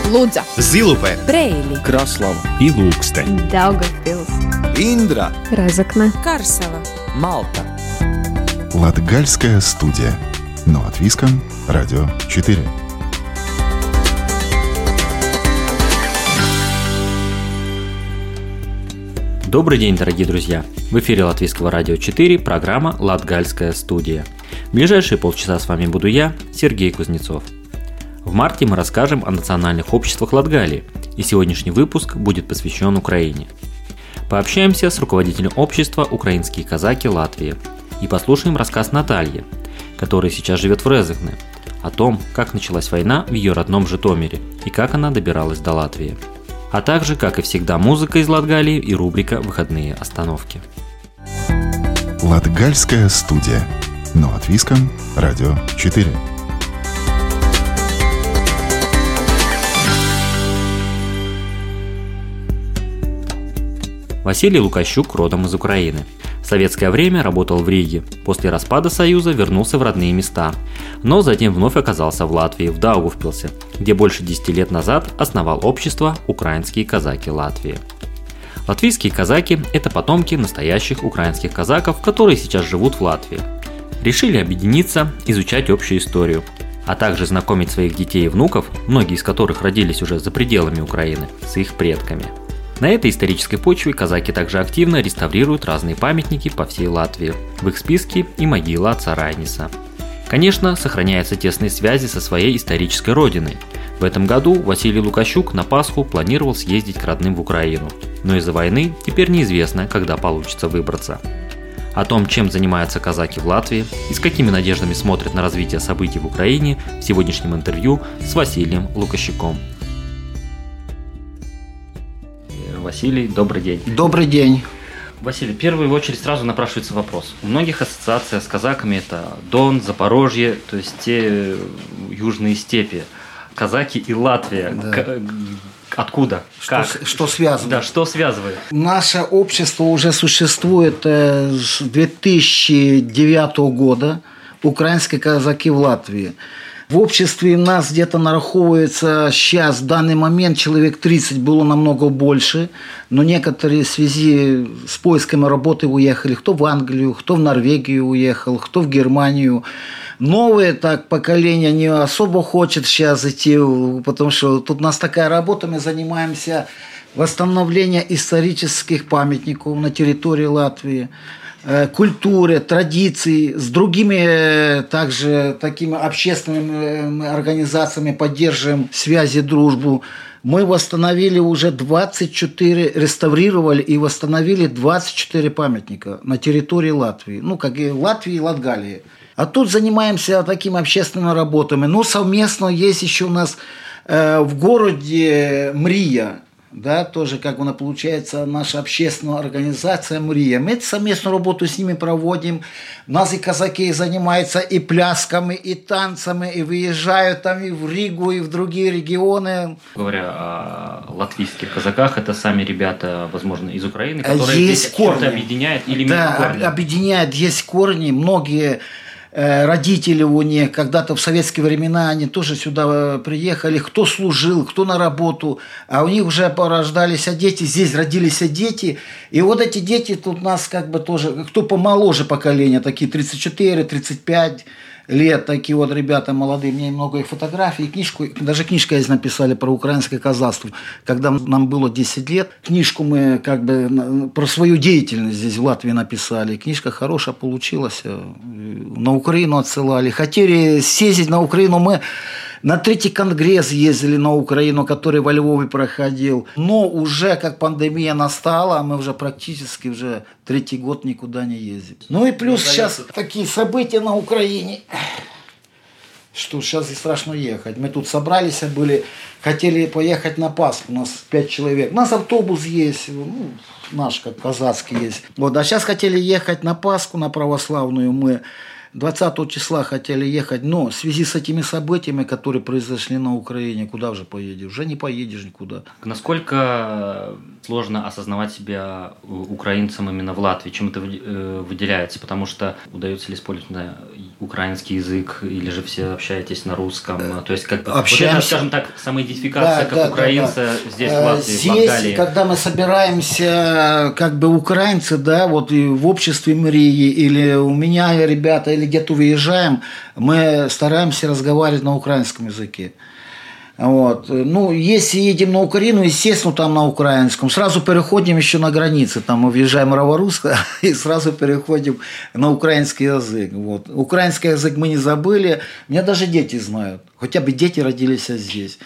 Лудза, Зилупе, Бреили, Краслава и Лукстен, Даугавпилс, Индра, Разокна, Карсела, Малта. Латгальская студия. Но от Виском, Радио 4. Добрый день, дорогие друзья! В эфире Латвийского радио 4, программа «Латгальская студия». В ближайшие полчаса с вами буду я, Сергей Кузнецов. В марте мы расскажем о национальных обществах Латгалии, и сегодняшний выпуск будет посвящен Украине. Пообщаемся с руководителем общества «Украинские казаки Латвии» и послушаем рассказ Натальи, которая сейчас живет в Резекне, о том, как началась война в ее родном Житомире и как она добиралась до Латвии. А также, как и всегда, музыка из Латгалии и рубрика «Выходные остановки». Латгальская студия. Но от Виском, Радио 4. Василий Лукащук родом из Украины. В советское время работал в Риге. После распада Союза вернулся в родные места. Но затем вновь оказался в Латвии, в Даугавпилсе, где больше 10 лет назад основал общество «Украинские казаки Латвии». Латвийские казаки – это потомки настоящих украинских казаков, которые сейчас живут в Латвии. Решили объединиться, изучать общую историю, а также знакомить своих детей и внуков, многие из которых родились уже за пределами Украины, с их предками. На этой исторической почве казаки также активно реставрируют разные памятники по всей Латвии. В их списке и могила отца Райниса. Конечно, сохраняются тесные связи со своей исторической родиной. В этом году Василий Лукащук на Пасху планировал съездить к родным в Украину. Но из-за войны теперь неизвестно, когда получится выбраться. О том, чем занимаются казаки в Латвии и с какими надеждами смотрят на развитие событий в Украине, в сегодняшнем интервью с Василием Лукащуком. Василий, добрый день. Добрый день. Василий, в первую очередь сразу напрашивается вопрос. У многих ассоциация с казаками – это Дон, Запорожье, то есть те южные степи. Казаки и Латвия. Да. Откуда? Что связывает? Да, что связывает? Наше общество уже существует с 2009 года. Украинские казаки в Латвии. В обществе нас где-то нараховывается сейчас, в данный момент, человек 30, было намного больше, но некоторые в связи с поисками работы уехали, кто в Англию, кто в Норвегию уехал, кто в Германию. Новое так поколение не особо хочет сейчас идти, потому что тут у нас такая работа, мы занимаемся восстановлением исторических памятников на территории Латвии, культуры, традиций, с другими также такими общественными организациями поддерживаем связи, дружбу. Мы восстановили уже 24, реставрировали и восстановили 24 памятника на территории Латвии. Ну, как и Латвии и Латгалии. А тут занимаемся такими общественными работами. Ну, совместно есть еще у нас в городе Мрия. Да, тоже, как она получается, наша общественная организация «Мрия». Мы совместную работу с ними проводим. У нас и казаки занимаются и плясками, и танцами, и выезжают там и в Ригу, и в другие регионы. Говоря о латвийских казаках, это сами ребята, возможно, из Украины, которые есть корни. Объединяют или да, корни? Объединяют, есть корни. Многие родители у них, когда-то в советские времена они тоже сюда приехали, кто служил, кто на работу, а у них уже порождались дети, здесь родились дети, и вот эти дети тут у нас как бы тоже, кто помоложе поколения, такие 34-35 лет, такие вот ребята молодые, мне много их фотографий, книжку, даже книжка есть написали про украинское казахство, когда нам было 10 лет, книжку мы как бы про свою деятельность здесь в Латвии написали, книжка хорошая получилась, на Украину отсылали, хотели съездить на Украину, мы на 3-й конгресс ездили на Украину, который во Львове проходил. Но уже как пандемия настала, мы уже практически уже 3-й год никуда не ездим. Ну и плюс сейчас такие события на Украине, что сейчас и страшно ехать. Мы тут собрались, были, хотели поехать на Пасху, у нас 5 человек. У нас автобус есть, ну, наш как казацкий есть. Вот, а сейчас хотели ехать на Пасху, на православную мы. 20 числа хотели ехать, но в связи с этими событиями, которые произошли на Украине, куда уже поедешь? Уже не поедешь никуда. Насколько сложно осознавать себя украинцем именно в Латвии? Чем это выделяется? Потому что удается ли использовать украинский язык, или же все общаетесь на русском? То есть, как общаемся. Вот это, скажем так, самоидентификация как украинца здесь, в Латвии, здесь, в Латгалии. когда мы собираемся, как бы украинцы, да, вот и в обществе мэрии, или у меня ребята, или где-то выезжаем, мы стараемся разговаривать на украинском языке. Вот. Ну, если едем на Украину, естественно, там на украинском. Сразу переходим еще на границы. Там мы въезжаем в Раворусск и сразу переходим на украинский язык. Вот. Украинский язык мы не забыли. Меня даже дети знают. Хотя бы дети родились здесь.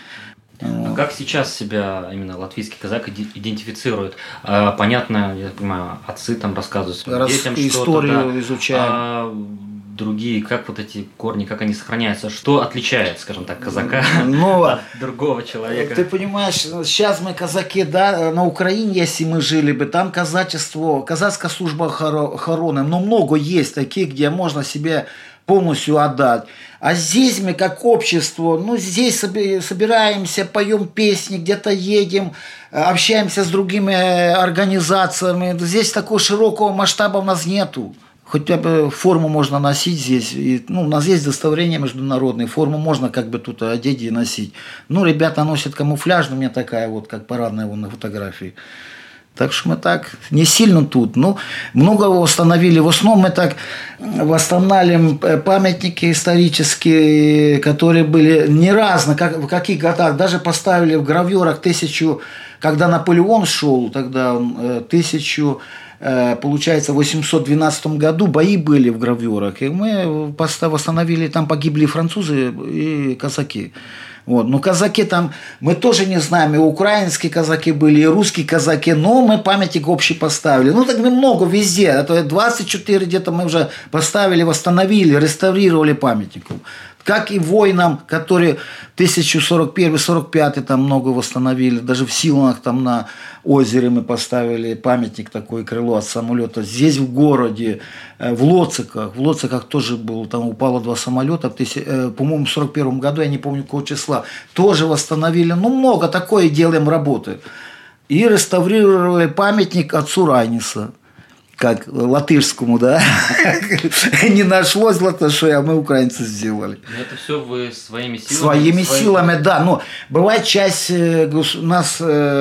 А как сейчас себя именно латвийский казак идентифицирует? Понятно, я понимаю, отцы там рассказывают своим детям что-то. Историю изучаем. Другие, как вот эти корни, как они сохраняются? Что отличает, скажем так, казака от другого человека? Ты понимаешь, сейчас мы казаки, да, на Украине, если мы жили бы, там казачество, казацкая служба охраны, но много есть таких, где можно себе полностью отдать. А здесь мы как общество, ну здесь собираемся, поем песни, где-то едем, общаемся с другими организациями. Здесь такого широкого масштаба у нас нету. Хотя бы форму можно носить здесь. И, ну, у нас есть удостоверение международное. Форму можно как бы тут одеть и носить. Ну, ребята носят камуфляж, у меня такая вот, как парадная вон на фотографии. Так что мы так не сильно тут. Ну, много восстановили. В основном мы так восстанавливаем памятники исторические, которые были не разно, в каких годах. Даже поставили в гравюрах 1000, когда Наполеон шел, тогда 1000... Получается, в 812 году бои были в гравюрах, и мы восстановили, там погибли французы и казаки. Вот. Но казаки там, мы тоже не знаем, и украинские казаки были, и русские казаки, но мы памятник общий поставили. Ну, так много везде, а то 24 где-то мы уже поставили, восстановили, реставрировали памятников. Как и воинам, которые 1041-45 там много восстановили, даже в Силанах там на озере мы поставили памятник, такое крыло от самолета. Здесь в городе, в Лоциках тоже был, там упало 2 самолета, по-моему, в 41 году, я не помню какого числа, тоже восстановили. Ну, много такое делаем работы. И реставрировали памятник отцу Райниса. Как латышскому, да, не нашлось латышей, а мы украинцы сделали. Но это все вы своими силами? Своими силами, да. Но бывает часть нас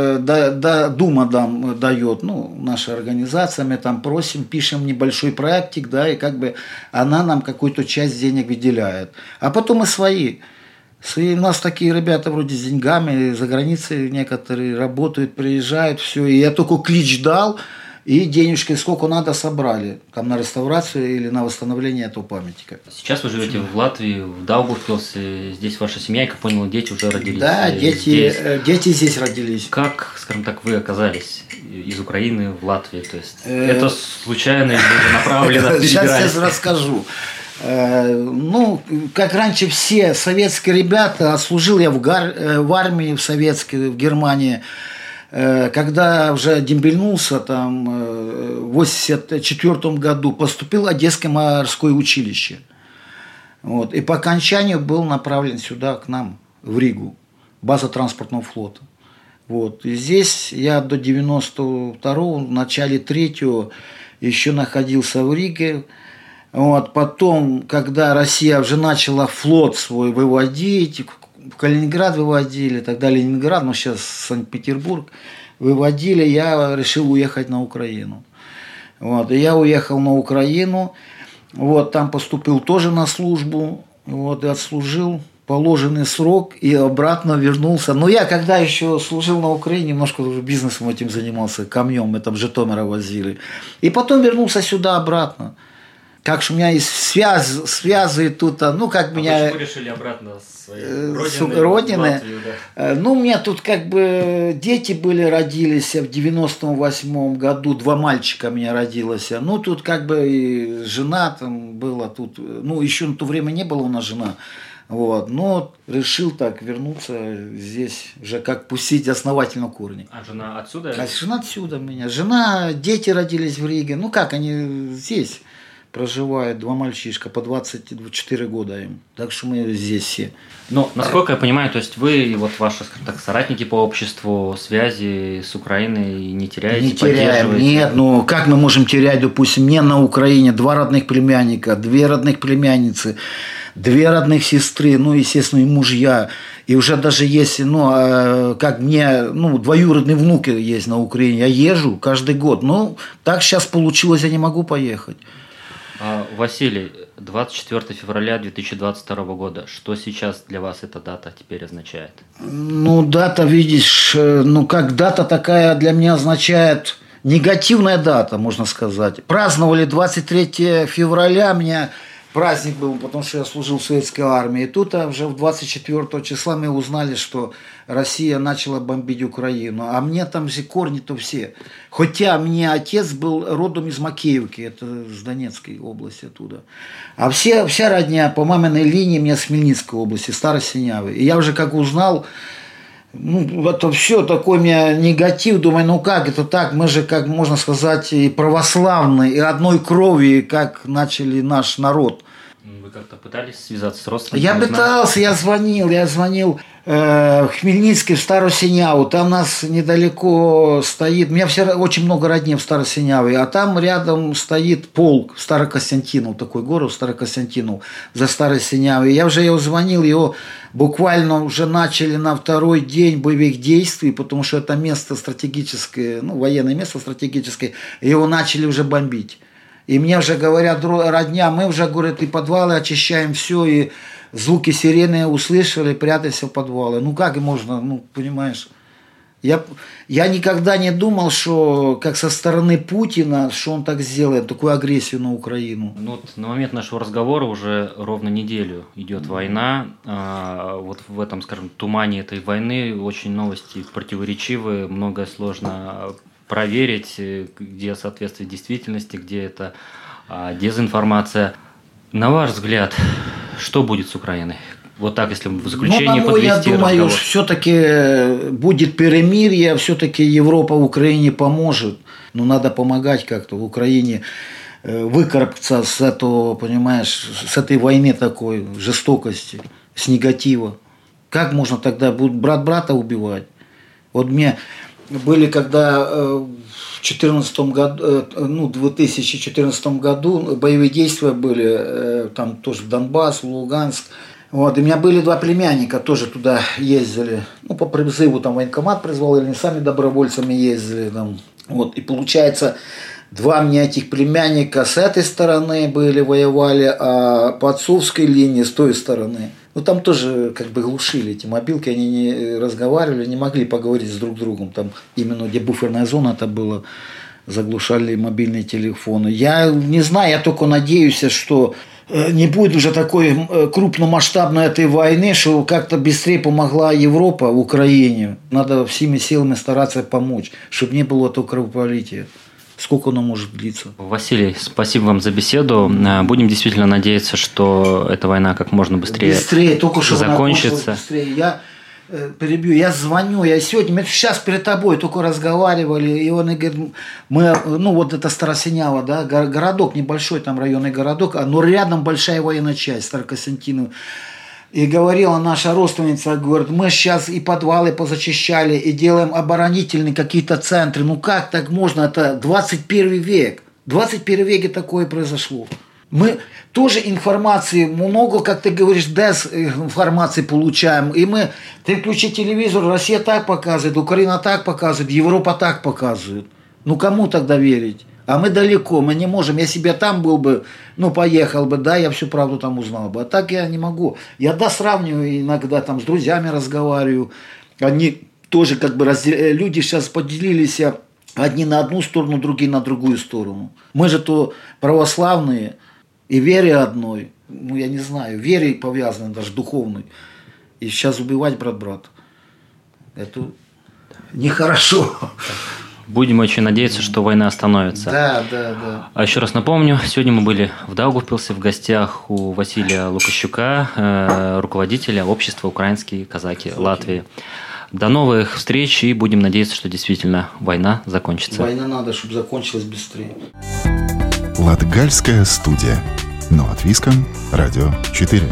Дума дает, ну, наша организация, мы там просим, пишем небольшой проектик, да, и как бы она нам какую-то часть денег выделяет. А потом и свои. У нас такие ребята вроде с деньгами, за границей некоторые работают, приезжают, все. И я только клич дал, и денежки сколько надо собрали, там на реставрацию или на восстановление этого памятника. Сейчас вы живете в Латвии, в Даугавпилсе, здесь ваша семья, как понял, дети уже родились. Да, дети здесь родились. Как, скажем так, вы оказались из Украины в Латвии? То есть это случайно или направленно? Сейчас я расскажу. Ну, как раньше все советские ребята, служил я в армии, в советской, в Германии. Когда уже дембельнулся, там, в 1984 году поступил в Одесское морское училище. Вот, и по окончанию был направлен сюда, к нам, в Ригу, база транспортного флота. Вот, и здесь я до 92-го, в начале 3-го еще находился в Риге. Вот, потом, когда Россия уже начала флот свой выводить, в Калининград выводили, тогда Ленинград, но сейчас Санкт-Петербург выводили, я решил уехать на Украину. Вот, и я уехал на Украину, вот, там поступил тоже на службу, вот, и отслужил положенный срок и обратно вернулся. Но я, когда еще служил на Украине, немножко уже бизнесом этим занимался, камнем мы там Житомира возили. И потом вернулся сюда обратно. Как же у меня есть связи тут, ну как меня... Почему решили обратно с своей родины? Латвию, да? Ну, у меня тут как бы дети родились в 98 году, 2 мальчика у меня родилось. Ну, тут как бы и жена там была тут, ну, еще на то время не было у нас жена. Вот, но решил так вернуться здесь, уже как пустить основательно корни. А жена отсюда? А жена отсюда у меня. Жена, дети родились в Риге. Ну как, они здесь. проживают, 2 мальчишка, по 24 года им. Так что мы здесь все. Ну, насколько я понимаю, то есть вы и вот ваши, скажем так, соратники по обществу, связи с Украиной не теряете, не теряем, нет, ну как мы можем терять, допустим, мне на Украине 2 родных племянника, 2 родных племянницы, 2 родных сестры, ну, естественно, и мужья. И уже даже если, как мне, двоюродные внуки есть на Украине, я езжу каждый год. Ну, так сейчас получилось, я не могу поехать. Василий, 24 февраля 2022 года. Что сейчас для вас эта дата теперь означает? Ну, дата, видишь, как дата такая для меня означает негативная дата, можно сказать. Праздновали 23 февраля, меня праздник был, потому что я служил в советской армии. И тут уже 24 числа мы узнали, что Россия начала бомбить Украину. А мне там все корни-то все. Хотя мне отец был родом из Макеевки, это с Донецкой области оттуда. А вся родня по маминой линии мне с Хмельницкой области, Старосинявы. И я уже как узнал, это все такой у меня негатив. Думаю, как это так? Мы же, как можно сказать, и православные, и одной крови, как начали наш народ. Вы как-то пытались связаться с родственниками? Я пытался, я звонил в Хмельницкий, в Старосиняву. Там у нас недалеко стоит, у меня очень много родни в Старосиняве, а там рядом стоит полк Старокостянтинов, такой город Старокостянтинов, за Старосинявой. Я уже его звонил, его буквально уже начали на 2-й день боевых действий, потому что это место стратегическое, военное место стратегическое, его начали уже бомбить. И мне уже говорят, родня, мы уже, говорят, и подвалы очищаем, все, и звуки сирены услышали, прятайся в подвалы. Как можно, понимаешь? Я никогда не думал, что как со стороны Путина, что он так сделает, такую агрессию на Украину. На момент нашего разговора уже ровно неделю идет война. Вот в этом, скажем, тумане этой войны очень новости противоречивые, многое сложно проверить, где соответствие действительности, где это дезинформация. На ваш взгляд, что будет с Украиной? Вот так, если в заключение подвести я думаю, разговор. все-таки будет перемирие, все-таки Европа Украине поможет. Надо помогать как-то в Украине выкарабкаться с этого, понимаешь, с этой войны такой жестокости, с негатива. Как можно тогда будет брат брата убивать? Вот мне были, когда в 2014 году боевые действия были, там тоже Донбасс, Луганск. Вот, и у меня были 2 племянника, тоже туда ездили. По призыву там военкомат призвал, или они сами добровольцами ездили. Там. Вот, и получается, 2 мне этих племянника с этой стороны были, воевали, а по отцовской линии с той стороны. Там тоже как бы глушили эти мобилки, они не разговаривали, не могли поговорить с друг другом. Там именно где буферная зона это было, заглушали мобильные телефоны. Я не знаю, я только надеюсь, что не будет уже такой крупномасштабной этой войны, что как-то быстрее помогла Европа Украине. Надо всеми силами стараться помочь, чтобы не было этого кровопролития. Сколько оно может длиться? Звасилий, спасибо вам за беседу. Будем действительно надеяться, что эта война как можно быстрее только что закончится. Я перебью, я звоню, мы сейчас перед тобой только разговаривали, и он говорит, это Старосинява, да, городок небольшой, там районный городок, но рядом большая военная часть, Старокостянтинов. И говорила наша родственница, говорит, мы сейчас и подвалы позачищали, и делаем оборонительные какие-то центры. Как так можно? Это 21 век. В 21 веке такое произошло. Мы тоже информации много, как ты говоришь, дезинформации получаем. И ты включи телевизор, Россия так показывает, Украина так показывает, Европа так показывает. Кому тогда верить? А мы далеко, мы не можем. Если бы я там был бы, поехал бы, да, я всю правду там узнал бы. А так я не могу. Я сравниваю иногда, там с друзьями разговариваю. Они тоже люди сейчас поделились, одни на одну сторону, другие на другую сторону. Мы же то православные и вере одной, я не знаю, вере повязаны, даже духовной. И сейчас убивать брат. Это нехорошо. Будем очень надеяться, что война остановится. Да. А еще раз напомню, сегодня мы были в Даугавпилсе в гостях у Василия Лукащука, руководителя общества «Украинские казаки» Латвии. До новых встреч и будем надеяться, что действительно война закончится. Война надо, чтобы закончилась быстрее. Латгальская студия. Но от Виском, Радио 4.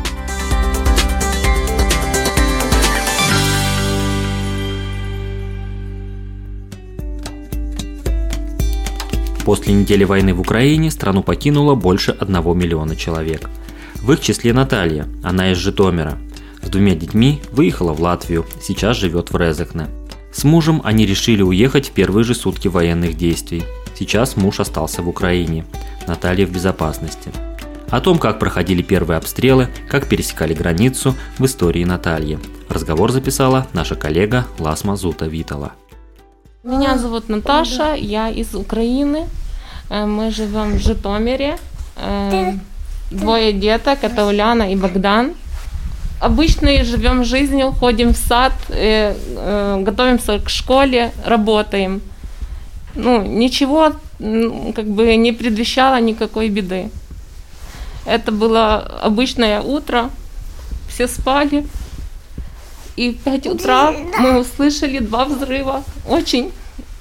После недели войны в Украине страну покинуло больше 1 миллиона человек. В их числе Наталья, она из Житомира. С 2 детьми выехала в Латвию, сейчас живет в Резекне. С мужем они решили уехать в первые же сутки военных действий. Сейчас муж остался в Украине, Наталья в безопасности. О том, как проходили первые обстрелы, как пересекали границу, в истории Натальи. Разговор записала наша коллега Ласма Зута-Витала. Меня зовут Наташа, я из Украины. Мы живем в Житомире. 2 деток, это Уляна и Богдан. Обычно живем жизнью, ходим в сад, готовимся к школе, работаем. Ничего не предвещало никакой беды. Это было обычное утро, все спали. И в 5 утра мы услышали 2 взрыва. Очень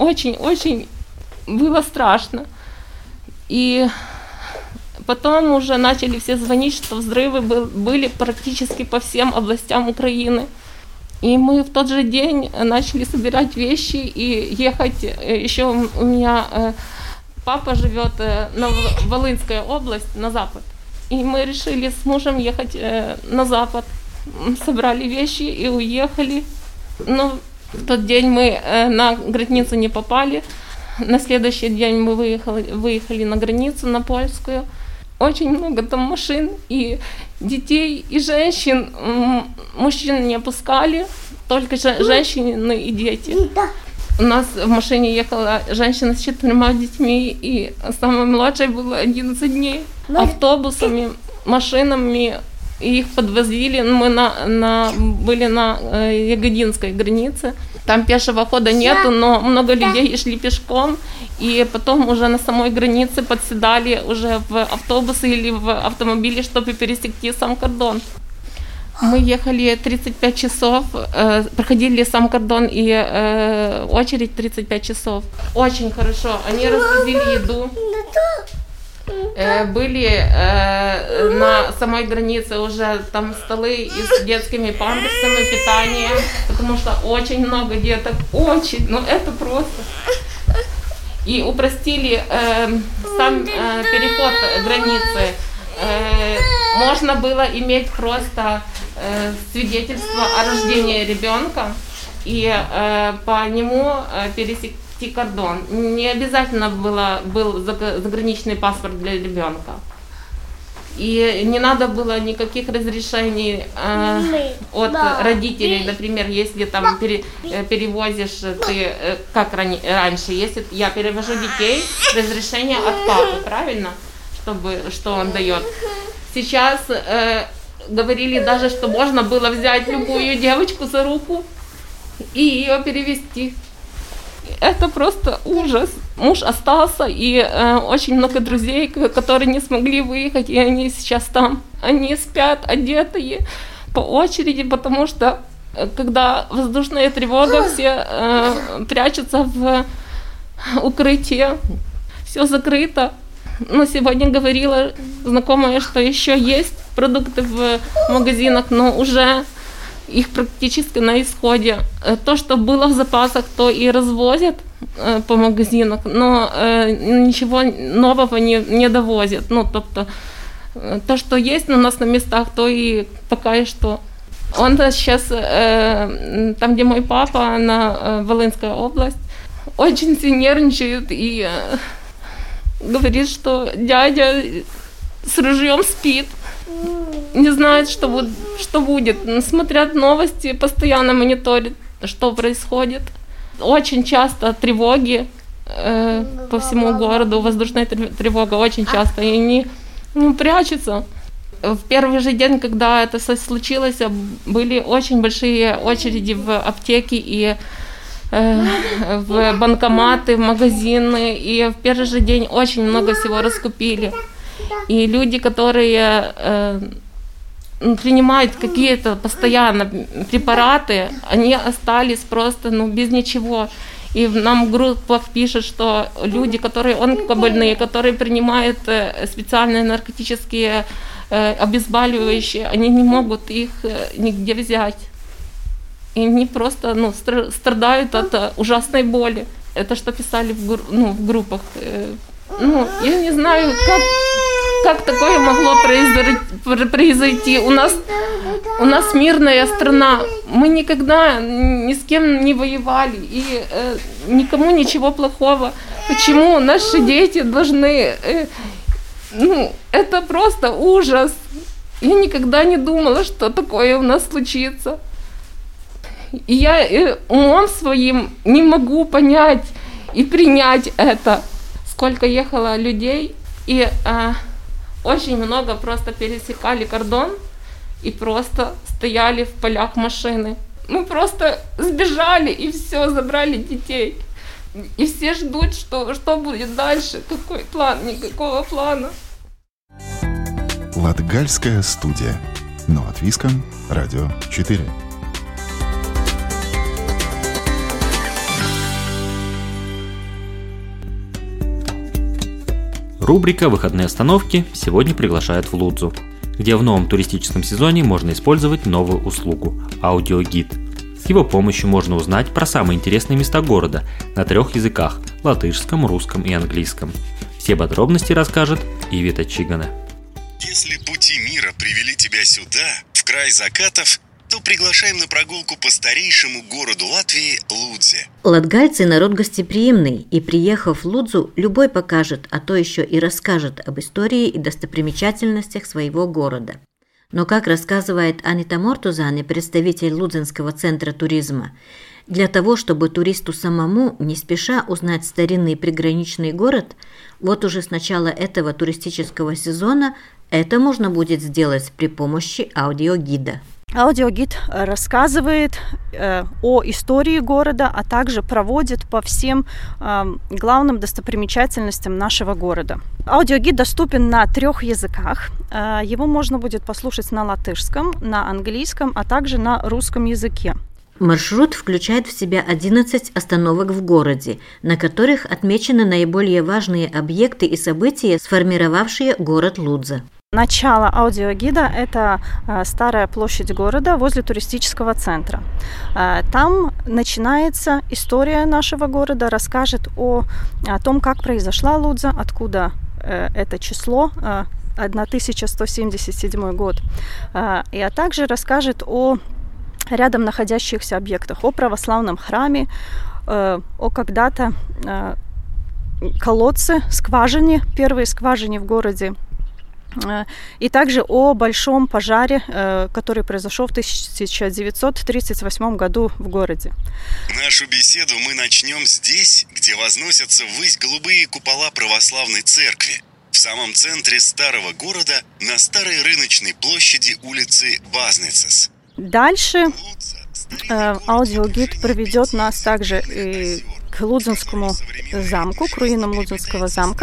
было страшно. И потом уже начали все звонить, что взрывы были практически по всем областям Украины. И мы в тот же день начали собирать вещи и ехать. Еще у меня папа живет на Волынская область, на запад. И мы решили с мужем ехать на запад. Собрали вещи и уехали. Но в тот день мы на границу не попали. На следующий день мы выехали на границу, на польскую. Очень много там машин и детей, и женщин. Мужчин не пускали, только женщины и дети. У нас в машине ехала женщина с 4 детьми, и самой младшей было 11 дней. Автобусами, машинами их подвозили. Мы были на Ягодинской границе. Там пешего хода нету, но много людей шли пешком. И потом уже на самой границе подседали уже в автобусы или в автомобили, чтобы пересекти сам кордон. Мы ехали 35 часов, проходили сам кордон и очередь 35 часов. Очень хорошо. Они развозили еду. Были на самой границе уже там столы и с детскими памперсами, питанием, потому что очень много деток, это просто. И упростили сам переход границы. Можно было иметь просто свидетельство о рождении ребенка и по нему пересекти кордон. Не обязательно был заграничный паспорт для ребенка. И не надо было никаких разрешений от родителей. Например, если там перевозишь ты, как раньше, если я перевожу детей, разрешение от папы, правильно? Что он дает. Сейчас говорили даже, что можно было взять любую девочку за руку и ее перевести. Это просто ужас. Муж остался, и очень много друзей, которые не смогли выехать, и они сейчас там. Они спят одетые по очереди, потому что когда воздушная тревога, все прячутся в укрытие. Все закрыто. Но сегодня говорила знакомая, что еще есть продукты в магазинах, но уже их практически на исходе. То, что было в запасах, то и развозят по магазинах, но ничего нового не довозят. Тобто, то, что есть у нас на местах, то и пока и что. Он сейчас, там, где мой папа, на Волынская область, очень нервничает и говорит, что дядя с ружьем спит. Не знает, что будет. Смотрят новости, постоянно мониторят, что происходит. Очень часто тревоги по всему городу, воздушная тревога очень часто, и они прячутся. В первый же день, когда это все случилось, были очень большие очереди в аптеки и в банкоматы, в магазины, и в первый же день очень много всего раскупили. И люди, которые принимают какие-то постоянно препараты, они остались просто без ничего. И нам в группах пишут, что люди, которые онкобольные, которые принимают специальные наркотические обезболивающие, они не могут их нигде взять. И они просто страдают от ужасной боли. Это что писали в группах. Я не знаю, как такое могло произойти. У нас мирная страна. Мы никогда ни с кем не воевали и никому ничего плохого. Почему наши дети должны... это просто ужас. Я никогда не думала, что такое у нас случится. И я умом своим не могу понять и принять это. Сколько ехало людей, и очень много просто пересекали кордон и просто стояли в полях машины. Мы просто сбежали и все, забрали детей. И все ждут, что будет дальше, какой план, никакого плана. Латгальская студия. На Латвийском радио 4. Рубрика «Выходные остановки» сегодня приглашает в Лудзу, где в новом туристическом сезоне можно использовать новую услугу – аудиогид. С его помощью можно узнать про самые интересные места города на 3 языках – латышском, русском и английском. Все подробности расскажет Ивита Чигане. Если пути мира привели тебя сюда, в край закатов, то приглашаем на прогулку по старейшему городу Латвии – Лудзе. Латгальцы – народ гостеприимный, и, приехав в Лудзу, любой покажет, а то еще и расскажет об истории и достопримечательностях своего города. Но, как рассказывает Анита Мортузани, представитель Лудзенского центра туризма, для того, чтобы туристу самому не спеша узнать старинный приграничный город, вот уже с начала этого туристического сезона это можно будет сделать при помощи аудиогида. Аудиогид рассказывает о истории города, а также проводит по всем главным достопримечательностям нашего города. Аудиогид доступен на 3 языках. Его можно будет послушать на латышском, на английском, а также на русском языке. Маршрут включает в себя 11 остановок в городе, на которых отмечены наиболее важные объекты и события, сформировавшие город Лудза. Начало аудиогида – это старая площадь города возле туристического центра. Там начинается история нашего города, расскажет о том, как произошла Лудза, откуда это число, 1177 год, а также расскажет о рядом находящихся объектах, о православном храме, о когда-то колодце, скважине, первой скважине в городе, и также о большом пожаре, который произошел в 1938 году в городе. Нашу беседу мы начнем здесь, где возносятся ввысь голубые купола православной церкви, в самом центре старого города, на старой рыночной площади улицы Базницес. Дальше аудиогид проведет нас также к Лудзенскому замку, к руинам Лудзенского замка,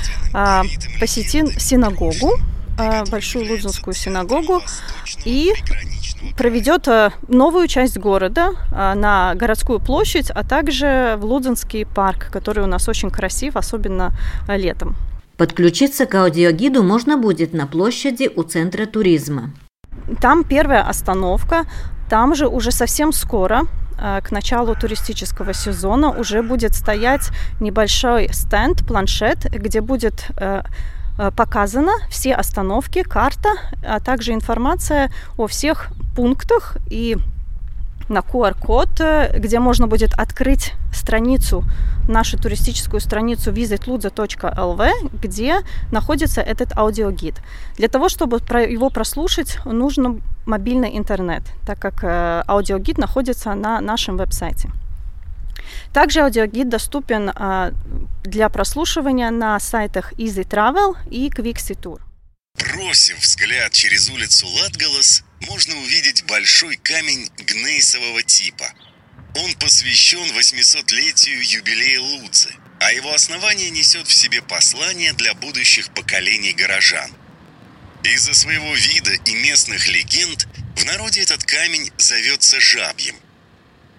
посетим синагогу, большую Лудзенскую синагогу, и проведет новую часть города на городскую площадь, а также в Лудзенский парк, который у нас очень красив, особенно летом. Подключиться к аудиогиду можно будет на площади у Центра туризма. Там первая остановка, там же уже совсем скоро, к началу туристического сезона, уже будет стоять небольшой стенд, планшет, где будет показано все остановки, карта, а также информация о всех пунктах и на QR-код, где можно будет открыть страницу, нашу туристическую страницу visitludza.lv, где находится этот аудиогид. Для того, чтобы его прослушать, нужен мобильный интернет, так как аудиогид находится на нашем веб-сайте. Также аудиогид доступен для прослушивания на сайтах Easy Travel и Quixi Tour. Бросив взгляд через улицу Латгалас, можно увидеть большой камень гнейсового типа. Он посвящен 800-летию юбилея Лудзы, а его основание несет в себе послание для будущих поколений горожан. Из-за своего вида и местных легенд в народе этот камень зовется жабьим.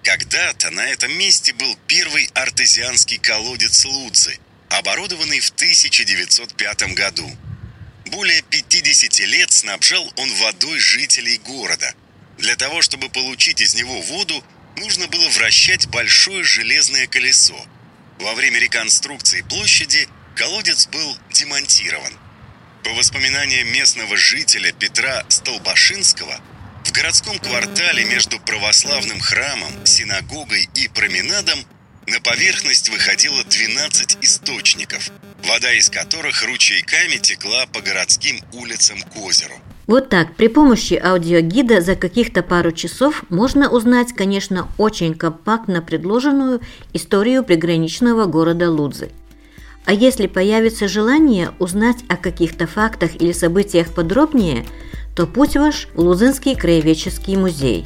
Когда-то на этом месте был первый артезианский колодец Лудзы, оборудованный в 1905 году. Более 50 лет снабжал он водой жителей города. Для того, чтобы получить из него воду, нужно было вращать большое железное колесо. Во время реконструкции площади колодец был демонтирован. По воспоминаниям местного жителя Петра Столбашинского, в городском квартале между православным храмом, синагогой и променадом на поверхность выходило 12 источников, вода из которых ручейками текла по городским улицам к озеру. Вот так, при помощи аудиогида за каких-то пару часов можно узнать, конечно, очень компактно предложенную историю приграничного города Лудзы. А если появится желание узнать о каких-то фактах или событиях подробнее, то путь ваш – Лудзинский краеведческий музей.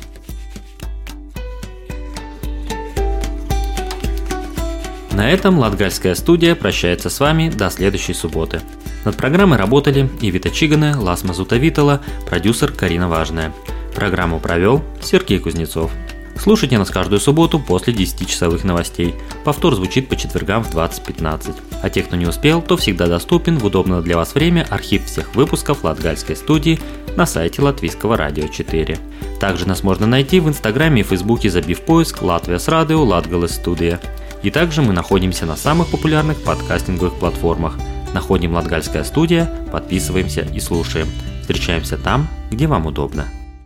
На этом Латгальская студия прощается с вами до следующей субботы. Над программой работали Ивита Чигане, Ласма Зутавитала, продюсер Карина Важная. Программу провел Сергей Кузнецов. Слушайте нас каждую субботу после 10-часовых новостей. Повтор звучит по четвергам в 20:15. А те, кто не успел, то всегда доступен в удобное для вас время архив всех выпусков Латгальской студии на сайте Латвийского радио 4. Также нас можно найти в Инстаграме и Фейсбуке, забив поиск «Латвия с радио Латгалес студия». И также мы находимся на самых популярных подкастинговых платформах. Находим «Латгальская студия», подписываемся и слушаем. Встречаемся там, где вам удобно.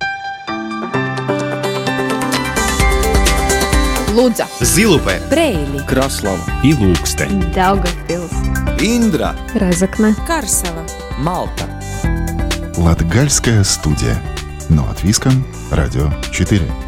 Лудза, Зилупе, Брейли, Краслава и Ilūksteņi, Daugavpils, Индра, Разокне, Карсела, Малта. Латгальская студия. На Латвийском радио 4.